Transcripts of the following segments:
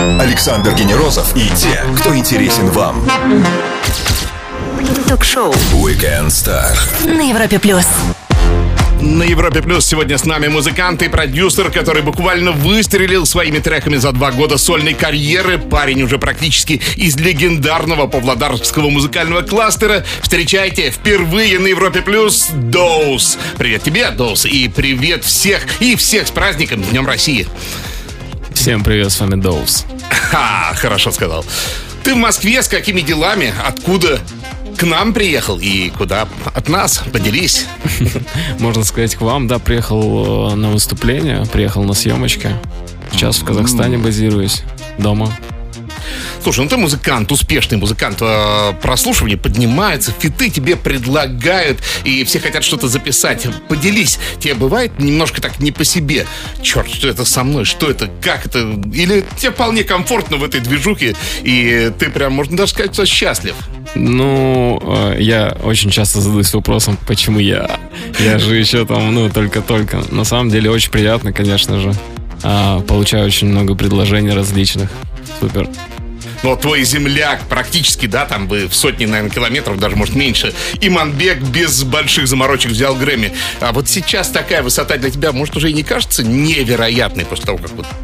Александр Генерозов и те, кто интересен вам. Ток-шоу Weekend Star на Европе Плюс. На Европе Плюс сегодня с нами музыкант и продюсер, который буквально выстрелил своими треками за 2 года сольной карьеры. Парень уже практически из легендарного павлодарского музыкального кластера. Встречайте, впервые на Европе Плюс Доус. Привет тебе, Доус, и привет всех с праздником, с Днем России. Всем привет, с вами Доус. Хорошо сказал. Ты в Москве, с какими делами? Откуда к нам приехал и куда от нас? Поделись. Можно сказать, к вам, да, приехал на выступление, приехал на съемочки. Сейчас в Казахстане базируюсь, дома. Слушай, ну ты музыкант, успешный музыкант, прослушивание поднимается, фиты тебе предлагают, и все хотят что-то записать. Поделись, тебе бывает немножко так не по себе? Черт, что это со мной, что это, как это? Или тебе вполне комфортно в этой движухе, и ты прям, можно даже сказать, что счастлив? Ну, я очень часто задаюсь вопросом, почему я? Я же еще там, только-только. На самом деле, очень приятно, конечно же. Получаю очень много предложений различных. Супер. Но твой земляк практически, да, там вы в сотни, наверное, километров, даже, может, меньше. Иманбек без больших заморочек взял Грэмми. А вот сейчас такая высота для тебя, может, уже и не кажется невероятной после того, как вот...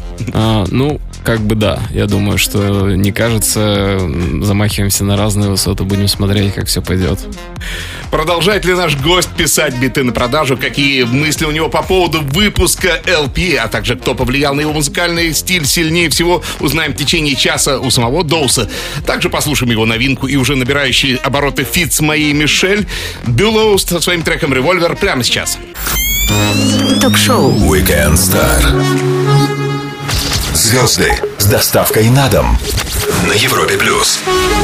Да. Я думаю, что не кажется. Замахиваемся на разные высоты, будем смотреть, как все пойдет. Продолжает ли наш гость писать биты на продажу? Какие мысли у него по поводу выпуска LP, а также кто повлиял на его музыкальный стиль сильнее всего, узнаем в течение часа у самого Доуса. Также послушаем его новинку и уже набирающий обороты фит с моей Мишель Бюлоу со своим треком «Револьвер» прямо сейчас. Ток-шоу Weekend Star. Звезды с доставкой на дом на Европе Плюс.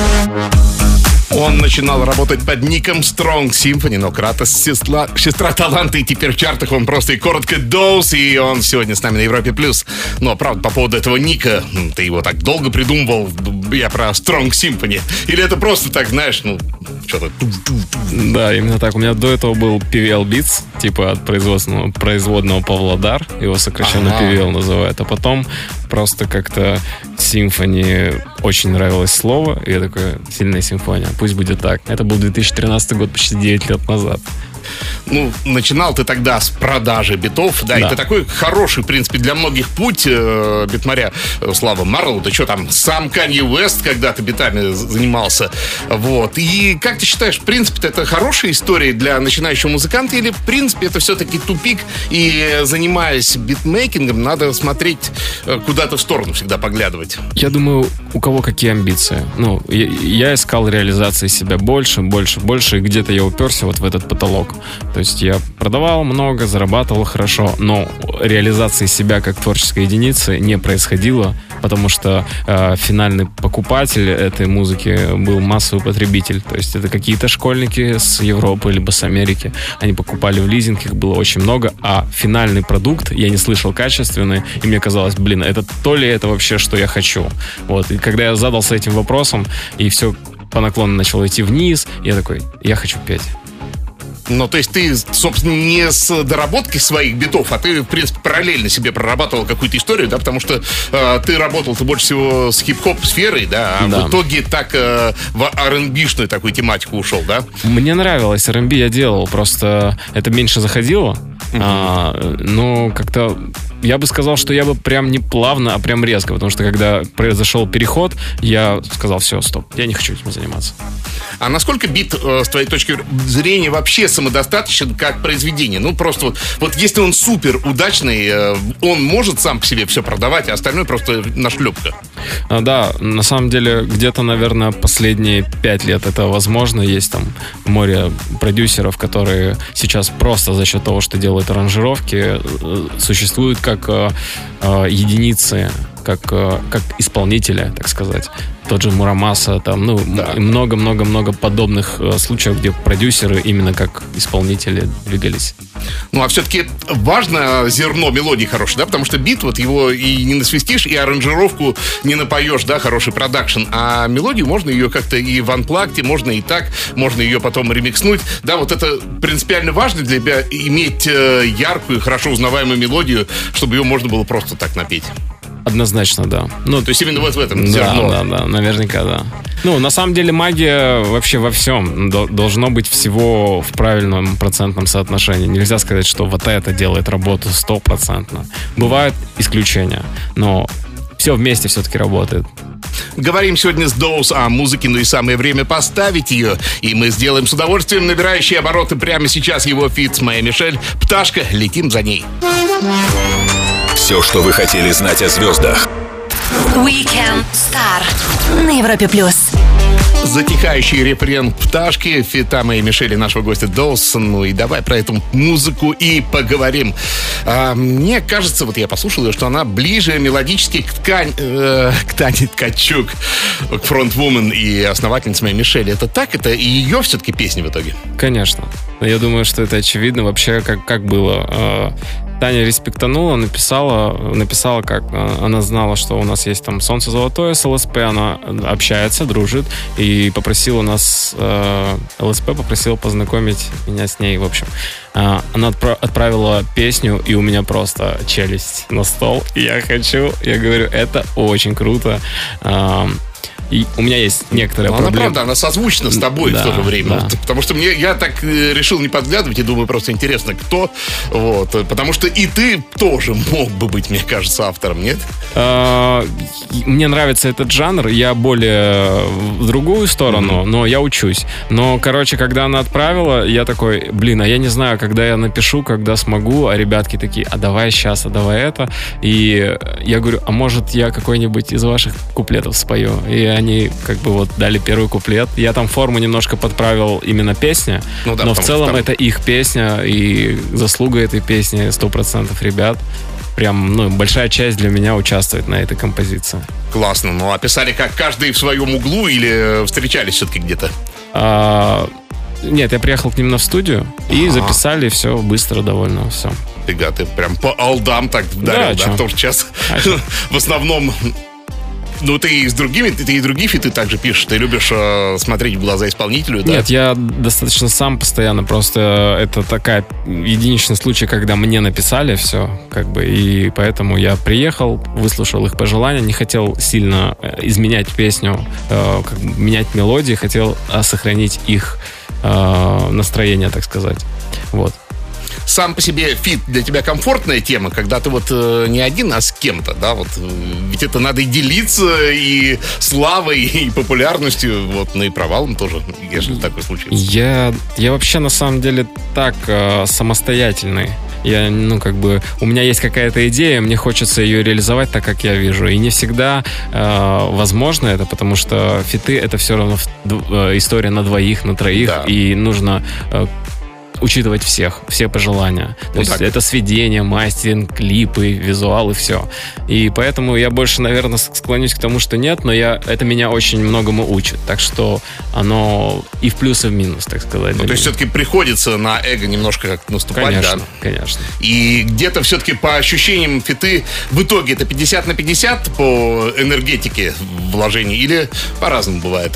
Он начинал работать под ником Strong Symphony, но Кратос сестра таланта, и теперь в чартах он просто и коротко Доус, и он сегодня с нами на Европе Плюс. Но, правда, по поводу этого ника, ты его так долго придумывал, я про Strong Symphony. Или это просто так, знаешь, что-то... Да, именно так. У меня до этого был PVL Beats, типа от производного Павлодар, его сокращенно PVL называют, а потом просто как-то Symphony очень нравилось слово, и я такой, сильная симфония, пусть будет так. Это был 2013 год, почти 9 лет назад. Начинал ты тогда с продажи битов, да, и ты такой хороший, в принципе, для многих путь битмаря Слава Марлоу, да что там, сам Канье Уэст когда-то битами занимался, вот, и как ты считаешь, в принципе, это хорошая история для начинающего музыканта, или, в принципе, это все-таки тупик, и, занимаясь битмейкингом, надо смотреть куда-то в сторону, всегда поглядывать? Я думаю, у кого какие амбиции. Я искал реализации себя больше, и где-то я уперся вот в этот потолок. То есть я продавал много, зарабатывал хорошо, но реализации себя как творческой единицы не происходило, потому что финальный покупатель этой музыки был массовый потребитель. То есть это какие-то школьники с Европы либо с Америки. Они покупали в лизинг, их было очень много, а финальный продукт я не слышал качественный, и мне казалось, это то ли это вообще, что я хочу. Вот. И когда я задался этим вопросом, и все по наклону начало идти вниз, я такой, я хочу петь. То есть ты, собственно, не с доработки своих битов, а ты, в принципе, параллельно себе прорабатывал какую-то историю, да, потому что ты работал-то больше всего с хип-хоп сферой, да, в итоге так в R&B-шную такую тематику ушел, да? Мне нравилось R&B, я делал, просто это меньше заходило, но как-то я бы сказал, что я бы прям не плавно, а прям резко, потому что когда произошел переход, я сказал, все, стоп, я не хочу этим заниматься. А насколько бит, с твоей точки зрения, вообще самодостаточен как произведение? Просто вот если он супер удачный, он может сам по себе все продавать, а остальное просто нашлепка. Да, на самом деле, где-то, наверное, последние 5 лет это возможно. Есть там море продюсеров, которые сейчас просто за счет того, что делают аранжировки, существуют как единицы, как исполнителя, так сказать. Тот же Мурамаса, там, и много-много-много подобных случаев, где продюсеры именно как исполнители двигались. А все-таки важно зерно мелодии хорошее, да, потому что бит, вот его и не насвистишь, и аранжировку не напоешь, да, хороший продакшн, а мелодию можно ее как-то и в анплагте, можно и так, можно ее потом ремикснуть, да, вот это принципиально важно для тебя, иметь яркую, хорошо узнаваемую мелодию, чтобы ее можно было просто так напеть. Однозначно, да. Ну, то есть именно вот в этом зерно. Да, наверняка, да. Ну, на самом деле магия вообще во всем. Должно быть всего в правильном процентном соотношении. Нельзя сказать, что вот это делает работу 100%. Бывают исключения, но все вместе все-таки работает. Говорим сегодня с Доуз о музыке, но и самое время поставить ее. И мы сделаем с удовольствием набирающие обороты прямо сейчас его фит с Майя Мишель. «Пташка», летим за ней. Все, что вы хотели знать о звездах. Weekend Star на Европе плюс. Затихающий рефрен «Пташки», фита Майи Мишель и нашего гостя Доуса. Ну и давай про эту музыку и поговорим. Мне кажется, вот я послушал ее, что она ближе мелодически к Тане Ткачук, к фронтвумен и основательнице Майи Мишель. Это так? Это и ее все-таки песни в итоге? Конечно. Я думаю, что это очевидно вообще, как было. Таня респектанула, написала, как она знала, что у нас есть там «Солнце золотое» с ЛСП, она общается, дружит, и попросила нас, ЛСП попросила познакомить меня с ней, в общем. Она отправила песню, и у меня просто челюсть на стол. Я говорю, это очень круто. И у меня есть некоторые проблемы. Она правда, она созвучна с тобой в то же время. Да. Потому что я так решил не подглядывать и думаю, просто интересно, кто. Вот. Потому что и ты тоже мог бы быть, мне кажется, автором, нет? Мне нравится этот жанр. Я более в другую сторону, но я учусь. Но, короче, когда она отправила, я такой, а я не знаю, когда я напишу, когда смогу. А ребятки такие, давай сейчас, давай это. И я говорю, может, я какой-нибудь из ваших куплетов спою? И они как бы вот дали первый куплет. Я там форму немножко подправил именно песни, но в целом это их песня, и заслуга этой песни 100% ребят. Прям, большая часть для меня участвует на этой композиции. Классно. Ну, а писали как каждый в своем углу или встречались все-таки где-то? Нет, я приехал к ним в студию и записали все быстро довольно, все. Фига, ты прям по алдам так вдарил, да? Потому что сейчас в основном... Ну, ты и другие фиты также пишешь. Ты любишь смотреть в глаза исполнителю, да? Нет, я достаточно сам постоянно. Просто это такая единичный случай, когда мне написали все, и поэтому я приехал, выслушал их пожелания, не хотел сильно изменять песню, менять мелодии, хотел сохранить их настроение, так сказать. Вот. Сам по себе фит для тебя комфортная тема, когда ты вот не один, а с кем-то, да, вот, ведь это надо и делиться, и славой, и популярностью, вот, и провалом тоже, если такое случится. Я вообще, на самом деле, так самостоятельный. Я, у меня есть какая-то идея, мне хочется ее реализовать так, как я вижу. И не всегда возможно это, потому что фиты — это все равно история на двоих, на троих, да. И нужно... учитывать все пожелания. То есть это сведение, мастеринг, клипы, визуалы, все. И поэтому я больше, наверное, склонюсь к тому, что нет, но это меня очень многому учит. Так что оно и в плюс, и в минус, так сказать. То есть все-таки приходится на эго немножко как наступать, конечно, да? Конечно. И где-то все-таки по ощущениям фиты в итоге это 50/50 по энергетике вложений или по-разному бывает?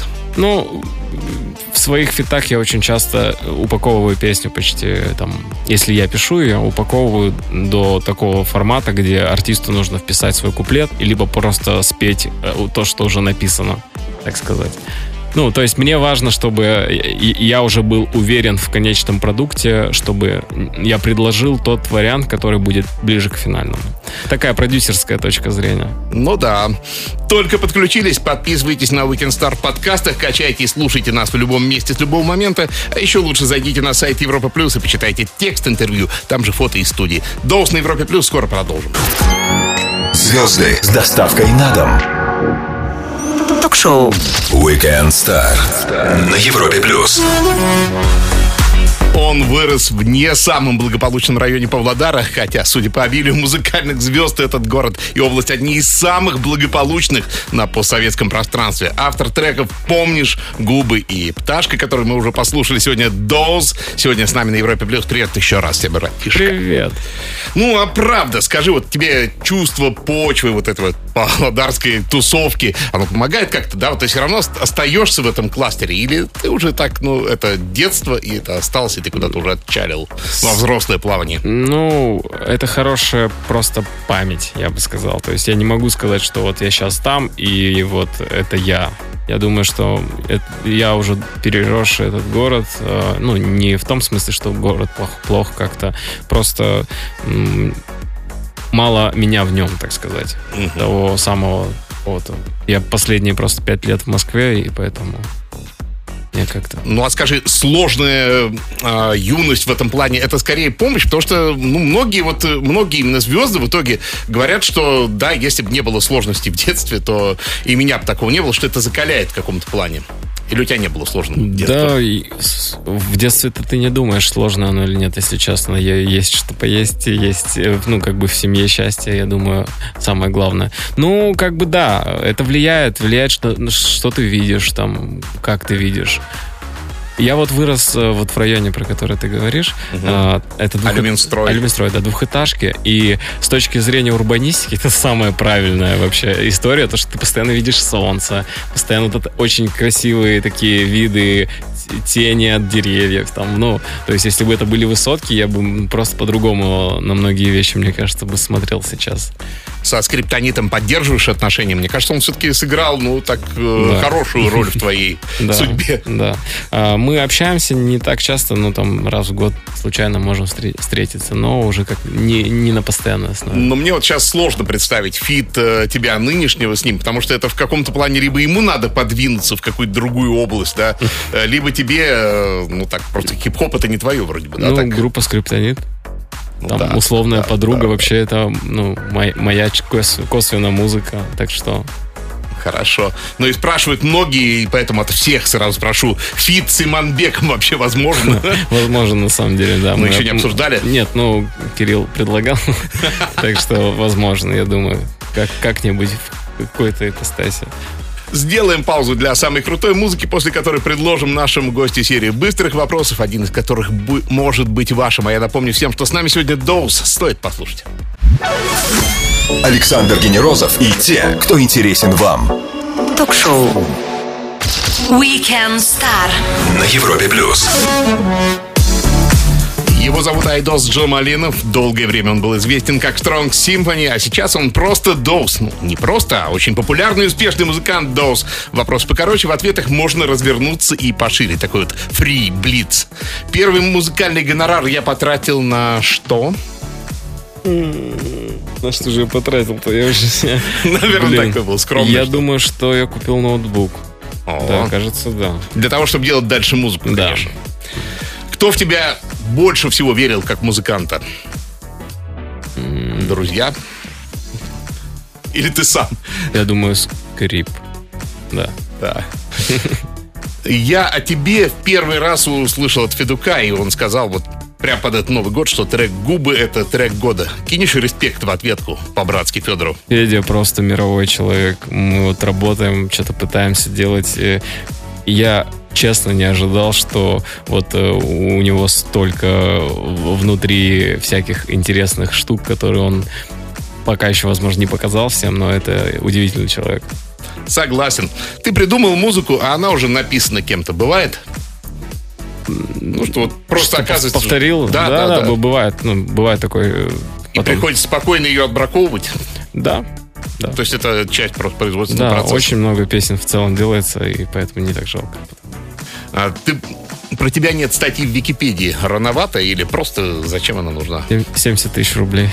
В своих фитах я очень часто упаковываю песню почти, если я пишу ее, упаковываю до такого формата, где артисту нужно вписать свой куплет, либо просто спеть то, что уже написано, так сказать. То есть мне важно, чтобы я уже был уверен в конечном продукте, чтобы я предложил тот вариант, который будет ближе к финальному. Такая продюсерская точка зрения. Ну да. Только подключились, подписывайтесь на Weekend Star в подкастах, качайте и слушайте нас в любом месте с любого момента. А еще лучше зайдите на сайт Европа Плюс и почитайте текст интервью. Там же фото из студии. Доуз на Европе Плюс. Скоро продолжим. Звезды с доставкой на дом. Ток-шоу Weekend Star на Европе Плюс. Он вырос в не самом благополучном районе Павлодара, хотя, судя по обилию музыкальных звезд, этот город и область одни из самых благополучных на постсоветском пространстве. Автор треков «Помнишь», «Губы» и «Пташка», который мы уже послушали сегодня, Доуз. Сегодня с нами на Европе Плюс. Привет еще раз тебе, братишка. Привет. А правда, скажи, вот тебе чувство почвы вот этого павлодарской тусовки, оно помогает как-то, да? Вот ты все равно остаешься в этом кластере? Или ты уже так, это детство, и это осталось, и ты куда-то куда-то уже отчалил во взрослое плавание? Ну, это хорошая просто память, я бы сказал. То есть я не могу сказать, что вот я сейчас там, и вот это я. Я думаю, что я уже переросший этот город, ну, не в том смысле, что город плох как-то, просто мало меня в нем, так сказать, того самого. Вот. Я последние просто 5 лет в Москве, и поэтому я как-то... Ну, а скажи, сложная юность в этом плане, это скорее помощь? Потому что многие именно звезды в итоге говорят, что да, если бы не было сложностей в детстве, то и меня бы такого не было, что это закаляет в каком-то плане. Или у тебя не было сложного детства? Да, в детстве-то ты не думаешь, сложно оно или нет, если честно. Есть что поесть, есть, ну, как бы в семье счастье, я думаю, самое главное. Ну, как бы да, это влияет, что ты видишь, там, как ты видишь. Я вот вырос вот в районе, про который ты говоришь. Это Алюминстрой, да, двухэтажки. И с точки зрения урбанистики это самая правильная вообще история, то, что ты постоянно видишь солнце, постоянно вот это очень красивые такие виды, тени от деревьев. Там, ну, то есть, если бы это были высотки, я бы просто по-другому на многие вещи, мне кажется, бы смотрел сейчас. Со Скриптонитом поддерживаешь отношения? Мне кажется, он все-таки сыграл, хорошую роль в твоей судьбе. Да. Мы общаемся не так часто, там раз в год случайно можем встретиться, но уже как не на постоянной основе. Но мне вот сейчас сложно представить фит тебя нынешнего с ним, потому что это в каком-то плане либо ему надо подвинуться в какую-то другую область, да, либо тебе, просто хип-хоп это не твое вроде бы, да? Ну, группа Скриптонит. Там условная подруга, вообще это, моя косвенная музыка, так что... Хорошо. Ну и спрашивают многие, и поэтому от всех сразу спрошу, фит с Иманбеком вообще возможно? Возможно, на самом деле, да. Мы еще не обсуждали? Нет, Кирилл предлагал, так что возможно, я думаю, как-нибудь в какой-то ипостаси. Сделаем паузу для самой крутой музыки, после которой предложим нашему гостю серию быстрых вопросов, один из которых может быть вашим. А я напомню всем, что с нами сегодня Доус. Стоит послушать. Александр Генерозов и те, кто интересен вам. Ток-шоу Weekend Star На Европе+. Его зовут Айдос Джамалинов. Долгое время он был известен как Strong Symphony, а сейчас он просто Доус. Не просто, а очень популярный и успешный музыкант Доус. Вопрос покороче, в ответах можно развернуться и пошире. Такой вот free blitz. Первый музыкальный гонорар я потратил на что? На что же я потратил-то? Я уже... Наверное, такой был скромный. Я думаю, что я купил ноутбук. Да, кажется, да. Для того, чтобы делать дальше музыку, конечно. Кто в тебя больше всего верил как музыканта? Друзья? Или ты сам? Я думаю, Скрип. Да. Я о тебе в первый раз услышал от Федука, и он сказал вот прямо под этот Новый год, что трек «Губы» — это трек года. Кинешь респект в ответку по-братски Федору? Федя просто мировой человек. Мы вот работаем, что-то пытаемся делать. Я честно не ожидал, что вот у него столько внутри всяких интересных штук, которые он пока еще, возможно, не показал всем, но это удивительный человек. Согласен. Ты придумал музыку, а она уже написана кем-то. Бывает? Ну, что вот просто оказывается... Повторил? Да, бывает. Бывает такой... И приходится спокойно ее отбраковывать? Да. То есть это часть просто производственного процесса? Да, очень много песен в целом делается, и поэтому не так жалко. Про тебя нет статьи в Википедии. Рановато или просто зачем она нужна? 70 тысяч рублей.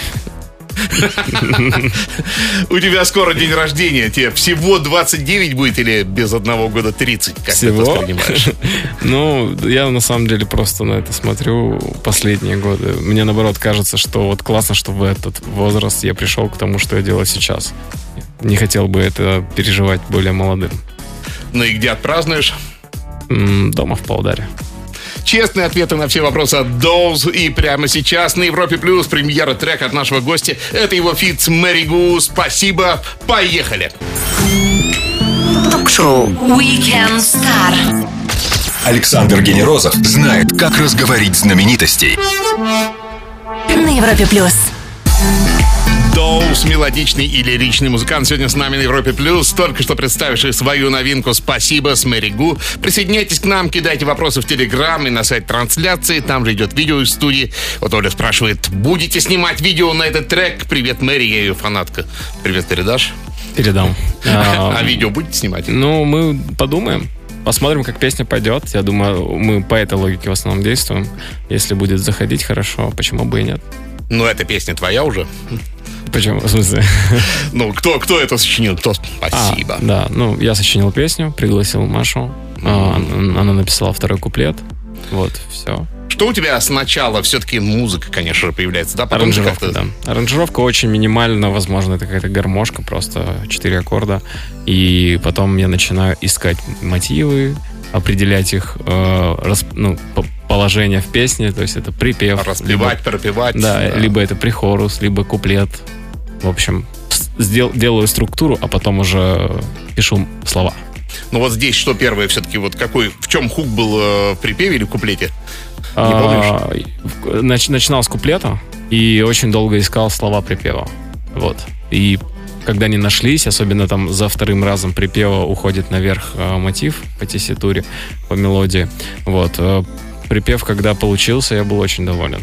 У тебя скоро день рождения. Тебе всего 29 будет или без одного года 30? Как ты это воспринимаешь? Ну, я на самом деле просто на это смотрю последние годы. Мне наоборот кажется, что вот классно, что в этот возраст я пришел к тому, что я делаю сейчас. Не хотел бы это переживать более молодым. Ну и где отпразднуешь? Дома в Павлодаре. Честные ответы на все вопросы от Доуз. И прямо сейчас на Европе Плюс премьера трека от нашего гостя. Это его фит с Мэри Гу. Спасибо. Поехали. Ток-шоу Weekend Star. Александр Генерозов знает, как разговорить знаменитостей. На Европе Плюс. Доус, мелодичный и лиричный музыкант, сегодня с нами на Европе Плюс, только что представивший свою новинку «Спасибо» с Мэри Гу. Присоединяйтесь к нам, кидайте вопросы в Телеграм и на сайт трансляции, там же идет видео из студии. Вот Оля спрашивает, будете снимать видео на этот трек? Привет, Мэри, я ее фанатка. Привет передашь? Передам. А видео будете снимать? Ну, мы подумаем. Посмотрим, как песня пойдет. Я думаю, мы по этой логике в основном действуем. Если будет заходить хорошо, почему бы и нет? Ну, эта песня твоя уже. Почему? В смысле? Ну, кто это сочинил? Кто? Спасибо. Да, ну, я сочинил песню, пригласил Машу. Она написала второй куплет. Вот, все. Что у тебя сначала все-таки музыка, конечно же, появляется, да? Потом аранжировка, да. Аранжировка очень минимальна, возможно, это какая-то гармошка, просто 4 аккорда. И потом я начинаю искать мотивы, определять их положение в песне, то есть это припев. Распевать, пропевать. Да, либо это прихорус, либо куплет. В общем, делаю структуру, а потом уже пишу слова. Ну вот здесь что первое все-таки, вот какой, в чем хук был в припеве или в куплете? Не помнишь? Начинал с куплета и очень долго искал слова припева. Вот. И когда они нашлись, особенно там за вторым разом припева уходит наверх мотив по тесситуре, по мелодии. Вот. Припев, когда получился, я был очень доволен.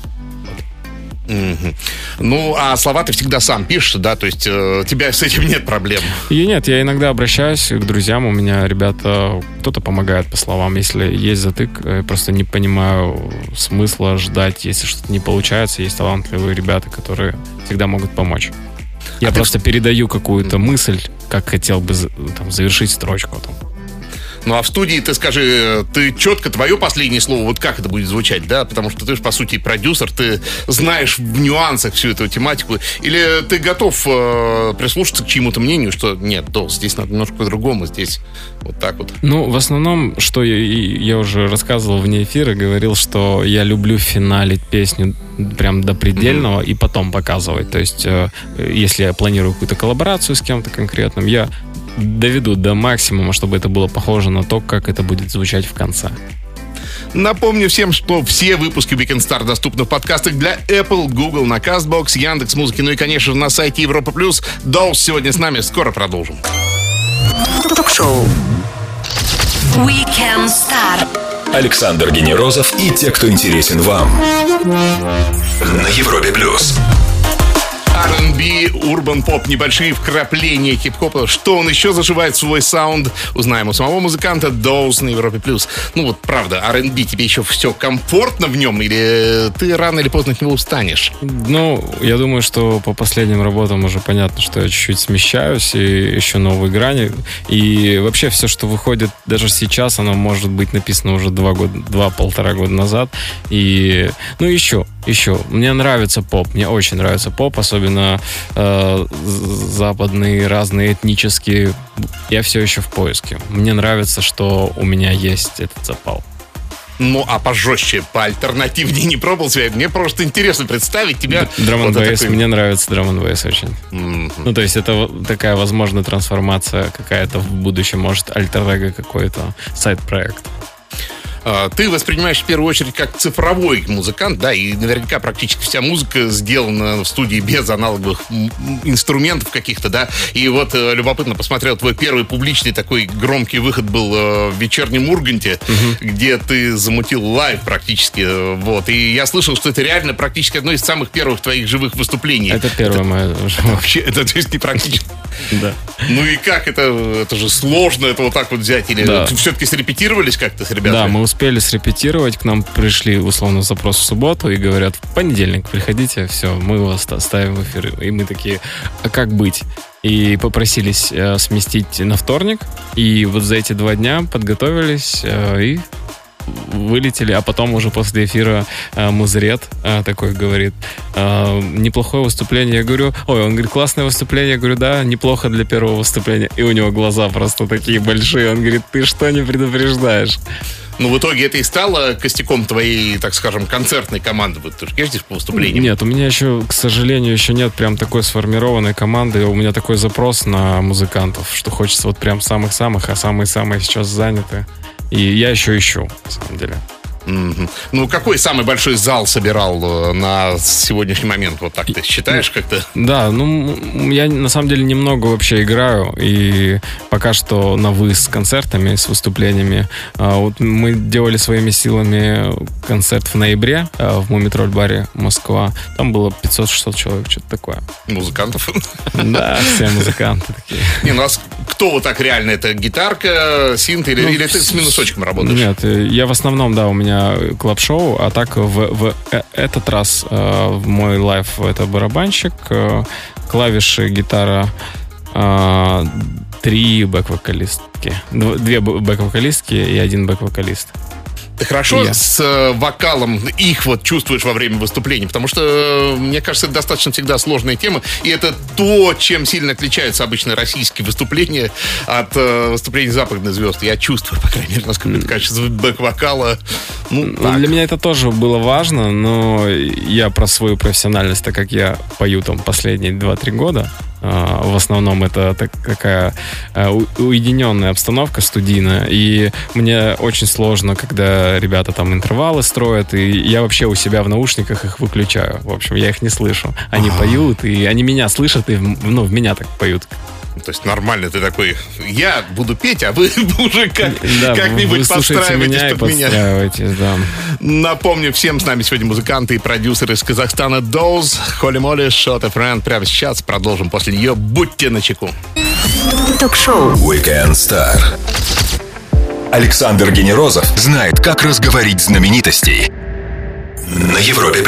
Mm-hmm. Ну, а слова ты всегда сам пишешь, да? То есть у тебя с этим нет проблем? И нет, я иногда обращаюсь к друзьям. У меня ребята, кто-то помогает по словам. Если есть затык, я просто не понимаю смысла ждать. Если что-то не получается, есть талантливые ребята, которые всегда могут помочь. Я просто передаю какую-то мысль, как хотел бы там, завершить строчку. Ну, а в студии, ты скажи, ты четко твое последнее слово, вот как это будет звучать, да? Потому что ты же, по сути, продюсер, ты знаешь в нюансах всю эту тематику. Или ты готов прислушаться к чьему-то мнению, что нет, здесь надо немножко по-другому, здесь вот так вот. Ну, в основном, что я уже рассказывал вне эфира, говорил, что я люблю финалить песню прям до предельного и потом показывать. То есть, если я планирую какую-то коллаборацию с кем-то конкретным, я доведу до максимума, чтобы это было похоже на то, как это будет звучать в конце. Напомню всем, что все выпуски Weekend Star доступны в подкастах для Apple, Google, на Castbox, Яндекс.Музыки, ну и, конечно же, на сайте Европа Плюс. Доус сегодня с нами, скоро продолжим. Ток-шоу Weekend Star. Александр Генерозов и те, кто интересен вам. На Европе Плюс. R&B, урбан-поп, небольшие вкрапления хип-хопа. Что он еще заживает в свой саунд, узнаем у самого музыканта Доус на Европе+. Ну вот правда, R&B, тебе еще все комфортно в нем, или ты рано или поздно от него устанешь? Ну, я думаю, что по последним работам уже понятно, что я чуть-чуть смещаюсь и ищу новые грани. И вообще все, что выходит даже сейчас, оно может быть написано уже 2-1,5 года назад. И, ну, еще. Мне нравится поп, мне очень нравится поп, особенно западные, разные этнические. Я все еще в поиске. Мне нравится, что у меня есть этот запал. Ну, а пожестче, поальтернативнее не пробовал себя? Мне просто интересно представить тебя. Драм-н-бейс, такой... Мне нравится драм-н-бейс очень. Ну, то есть это такая, возможно, трансформация какая-то в будущем, может, альтер-эго какой-то, сайд-проект. Ты воспринимаешь в первую очередь как цифровой музыкант, да, и наверняка практически вся музыка сделана в студии без аналоговых инструментов каких-то, да. И вот любопытно посмотрел, твой первый публичный такой громкий выход был в «Вечернем Урганте», где ты замутил лайв практически, вот. И я слышал, что это реально практически одно из самых первых твоих живых выступлений. Это первое мое. Вообще, это то есть не практически. Да. Ну и как это же сложно это вот так вот взять? Или все-таки срепетировались как-то с ребятами? Да, мы успели срепетировать, к нам пришли условно запрос в субботу и говорят, в понедельник приходите, все, мы вас ставим в эфир. И мы такие, а как быть? И попросились сместить на вторник. И вот за эти 2 дня подготовились и вылетели, а потом уже после эфира Музрет такой говорит, неплохое выступление. Я говорю, он говорит, классное выступление. Я говорю, да, неплохо для первого выступления. И у него глаза просто такие большие. Он говорит, ты что не предупреждаешь? Ну, в итоге это и стало костяком твоей, так скажем, концертной команды. Ты же ездишь по выступлениям? Нет, у меня еще, к сожалению, еще нет прям такой сформированной команды. У меня такой запрос на музыкантов, что хочется вот прям самых-самых, а самые-самые сейчас заняты. И я еще ищу, на самом деле. Ну, какой самый большой зал собирал на сегодняшний момент? Вот так ты считаешь как-то? Да, я на самом деле немного вообще играю. И пока что на выезд с концертами, с выступлениями. Вот мы делали своими силами концерт в ноябре в Мумитроль-баре Москва. Там было 500-600 человек, что-то такое. Музыкантов? Да, все музыканты такие. Не, ну а кто вот так реально? Это гитарка, синт или ты с минусочком работаешь? Нет, я в основном, да, у меня клаб-шоу, а так в этот раз в мой лайв это барабанщик, клавиши, гитара, 3 бэк-вокалистки, 2 бэк-вокалистки и 1 бэк-вокалист. Ты хорошо с вокалом их вот чувствуешь во время выступлений? Потому что, мне кажется, это достаточно всегда сложная тема. И это то, чем сильно отличаются обычно российские выступления от выступлений западных звезд. Я чувствую, по крайней мере, насколько это качество бэк-вокала. Для меня это тоже было важно, но я про свою профессиональность, так как я пою там последние 2-3 года, в основном это такая уединенная обстановка студийная, и мне очень сложно, когда ребята там интервалы строят, и я вообще у себя в наушниках их выключаю. В общем, я их не слышу. Они поют, и они меня слышат, и в меня так поют. То есть нормально ты такой, я буду петь, а вы уже как-нибудь подстраиваетесь под меня. Да. Напомню, всем с нами сегодня музыканты и продюсеры из Казахстана Doors, Холли Молли, Shot a Friend. Прямо сейчас продолжим после нее. Будьте начеку. Ток-шоу Weekend Star. Александр Генерозов знает, как разговорить знаменитостей на Европе+.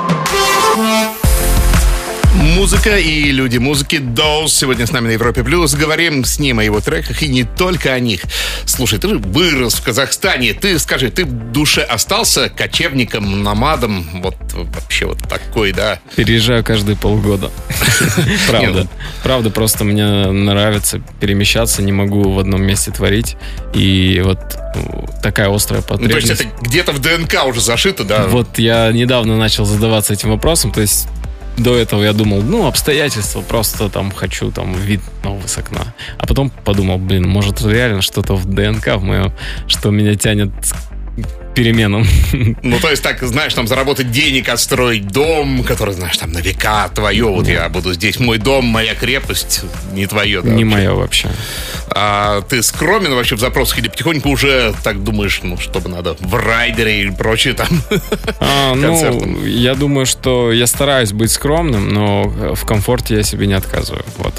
Музыка и люди музыки. Doors сегодня с нами на Европе+. Говорим с ним о его треках и не только о них. Слушай, ты же вырос в Казахстане. Ты скажи, ты в душе остался кочевником, номадом? Вот вообще вот такой, да? Переезжаю каждые полгода. Правда. Правда, просто мне нравится перемещаться, не могу в одном месте творить. И вот такая острая потребность. То есть это где-то в ДНК уже зашито, да? Вот я недавно начал задаваться этим вопросом, то есть до этого я думал, обстоятельства, просто там хочу там вид новый с окна. А потом подумал, может реально что-то в ДНК в моем, что меня тянет к переменам. Ну, то есть так, знаешь, там заработать денег, отстроить дом, который, знаешь, там на века твое, вот я буду здесь, мой дом, моя крепость, не твое, да? Не мое вообще. А ты скромен вообще в запросах или потихоньку уже так думаешь, чтобы надо в райдере и прочее там концертам? Я думаю, что я стараюсь быть скромным, но в комфорте я себе не отказываю, вот.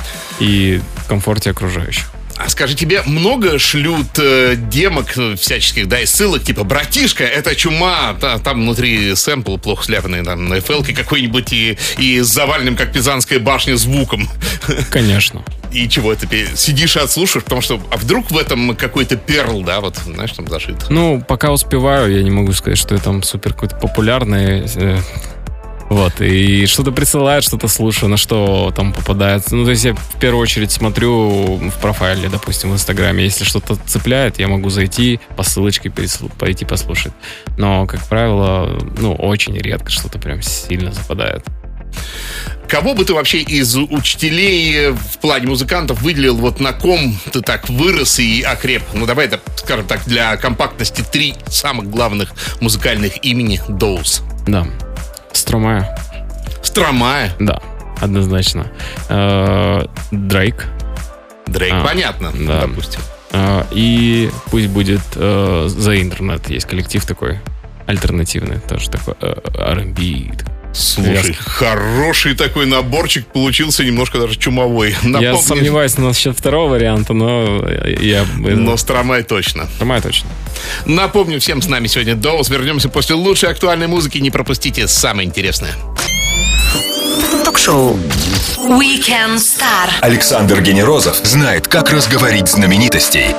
И в комфорте окружающих. А скажи, тебе много шлют демок всяческих, да, и ссылок, типа, братишка, это чума, там внутри сэмпл плохо сляпанный, там, на FL-ке какой-нибудь и с заваленным, как Пизанская башня, звуком. Конечно. И чего, ты сидишь и отслушаешь, потому что, а вдруг в этом какой-то перл, да, вот, знаешь, там зашит? Пока успеваю, я не могу сказать, что я там супер какой-то популярный. Вот, и что-то присылают, что-то слушаю, на что там попадает. То есть я в первую очередь смотрю в профайле, допустим, в Инстаграме. Если что-то цепляет, я могу зайти по ссылочке, пойти послушать. Но, как правило, очень редко что-то прям сильно западает. Кого бы ты вообще из учителей в плане музыкантов выделил, вот на ком ты так вырос и окреп? Давай, скажем так, для компактности 3 самых главных музыкальных имени Doors. Да. Стромае. Стромае? Да, однозначно. Дрейк. Понятно, да. Допустим. И пусть будет The Internet. Есть коллектив такой альтернативный, тоже такой R&B. Слушай, хороший такой наборчик получился, немножко даже чумовой. Я сомневаюсь насчет второго варианта, но Но Стромае точно. Стромае точно. Напомню, всем с нами сегодня Doors. Вернемся после лучшей актуальной музыки. Не пропустите самое интересное. Ток-шоу Weekend Star. Александр Генерозов знает, как разговорить знаменитостей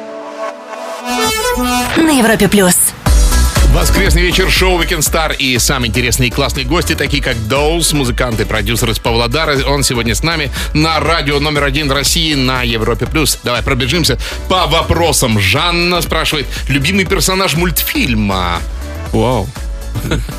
На Европе+. Воскресный вечер, шоу Weekend Star и самые интересные и классные гости, такие как Doors, музыканты и продюсеры из Павлодара. Он сегодня с нами на радио номер 1 России на Европе+. Давай пробежимся по вопросам. Жанна спрашивает, любимый персонаж мультфильма? Вау.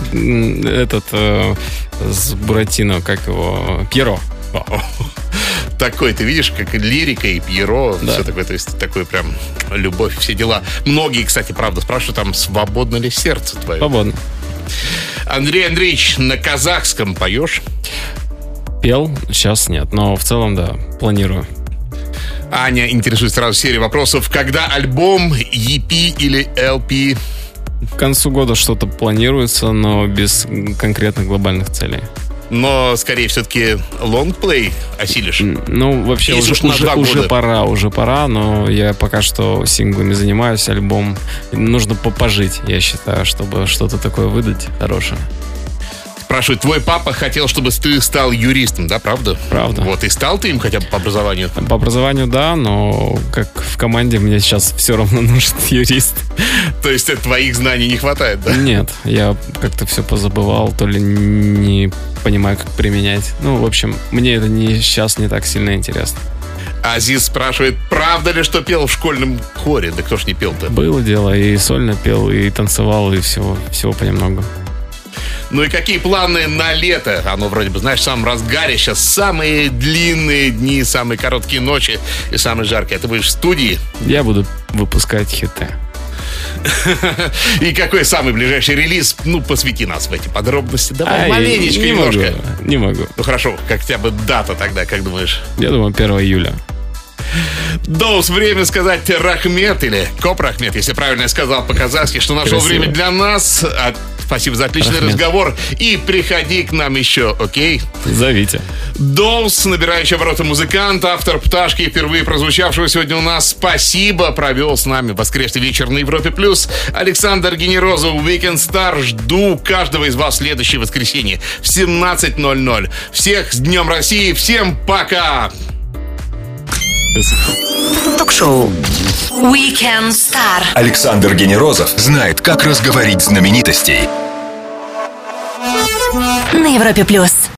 Этот с Буратино, как его? Пьеро. такой, ты видишь, как лирика и Пьеро, Да. все такое, то есть такой прям любовь, все дела. Многие, кстати, правда, спрашивают, там, свободно ли сердце твое? Свободно. Андрей Андреевич, на казахском поешь? Пел, сейчас нет, но в целом, да, планирую. Аня интересует сразу серия вопросов. Когда альбом, EP или LP? К концу года что-то планируется, но без конкретных глобальных целей. Но, скорее, все-таки лонгплей осилишь? Ну, вообще, Если уж на 2 года. уже пора, но я пока что синглами занимаюсь, альбом. Нужно пожить, я считаю, чтобы что-то такое выдать хорошее. Спрашивают, твой папа хотел, чтобы ты стал юристом, да, правда? Правда. Вот, и стал ты им хотя бы по образованию? По образованию, да, но как в команде мне сейчас все равно нужен юрист. То есть твоих знаний не хватает, да? Нет, я как-то все позабывал, то ли не понимаю, как применять. Ну, в общем, мне это сейчас не так сильно интересно. Азиз спрашивает, правда ли, что пел в школьном хоре? Да кто ж не пел-то? Было дело, и сольно пел, и танцевал, и всего понемногу. Ну и какие планы на лето? Оно вроде бы, знаешь, в самом разгаре. Сейчас самые длинные дни, самые короткие ночи и самые жаркие. А ты будешь в студии? Я буду выпускать хиты. И какой самый ближайший релиз? Ну, посвяти нас в эти подробности. Давай маленечко не немножко. Не могу. Ну хорошо, хотя бы дата тогда, как думаешь? Я думаю, 1 июля. Доус, время сказать Рахмет или Коп Рахмет, если правильно я сказал по-казахски, что нашел Красиво. время для нас. Спасибо за отличный Рахмет. разговор. И приходи к нам еще, окей? Зовите. Доус, набирающий обороты музыкант, автор «Пташки», впервые прозвучавшего сегодня у нас. Спасибо, провел с нами воскресный вечер на Европе+. Александр Генерозов, Weekend Star. Жду каждого из вас в следующее воскресенье в 17:00. Всех с Днем России, всем пока! Ток-шоу Weekend Star. Александр Генерозов знает, как разговорить знаменитостей. На Европе+.